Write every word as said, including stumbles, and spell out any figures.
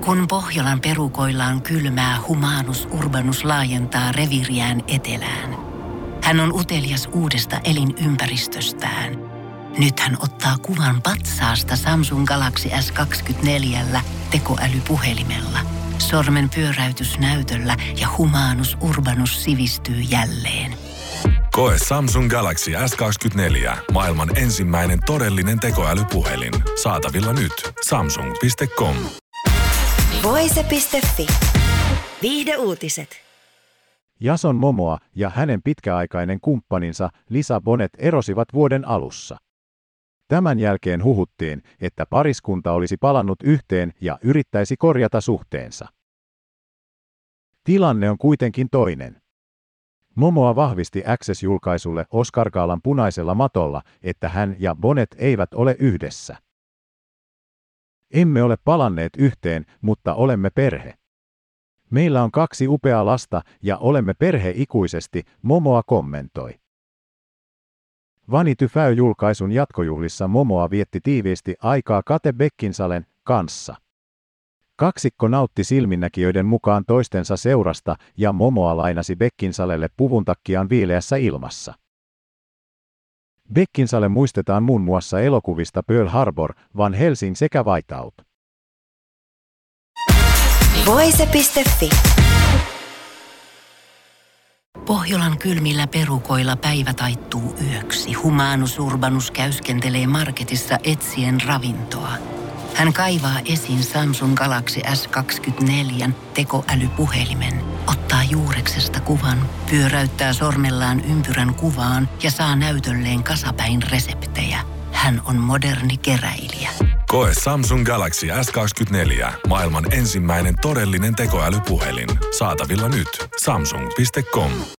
Kun Pohjolan perukoillaan kylmää, Humanus Urbanus laajentaa reviiriään etelään. Hän on utelias uudesta elinympäristöstään. Nyt hän ottaa kuvan patsaasta Samsung Galaxy S kaksikymmentäneljä tekoälypuhelimella. Sormen pyöräytys näytöllä ja Humanus Urbanus sivistyy jälleen. Koe Samsung Galaxy S kaksikymmentäneljä, maailman ensimmäinen todellinen tekoälypuhelin. Saatavilla nyt. samsung piste com. Voise piste fi. Viihdeuutiset. Jason Momoa ja hänen pitkäaikainen kumppaninsa Lisa Bonet erosivat vuoden alussa. Tämän jälkeen huhuttiin, että pariskunta olisi palannut yhteen ja yrittäisi korjata suhteensa. Tilanne on kuitenkin toinen. Momoa vahvisti Access-julkaisulle Oscar-gaalan punaisella matolla, että hän ja Bonet eivät ole yhdessä. Emme ole palanneet yhteen, mutta olemme perhe. Meillä on kaksi upeaa lasta ja olemme perhe ikuisesti, Momoa kommentoi. Vanity Fair-julkaisun jatkojuhlissa Momoa vietti tiiviisti aikaa Kate Beckinsalen kanssa. Kaksikko nautti silminnäkijöiden mukaan toistensa seurasta ja Momoa lainasi Beckinsalelle puvuntakkiaan viileässä ilmassa. Beckinsale muistetaan muun muassa elokuvista Pearl Harbor, Van Helsing sekä Whiteout. Voise piste fi. Pohjolan kylmillä perukoilla päivä taittuu yöksi. Humanus Urbanus käyskentelee marketissa etsien ravintoa. Hän kaivaa esiin Samsung Galaxy S kaksikymmentäneljä tekoälypuhelimen, ottaa juureksesta kuvan, pyöräyttää sormellaan ympyrän kuvaan ja saa näytölleen kasapäin reseptejä. Hän on moderni keräilijä. Koe Samsung Galaxy S kaksikymmentäneljä, maailman ensimmäinen todellinen tekoälypuhelin. Saatavilla nyt. samsung piste com.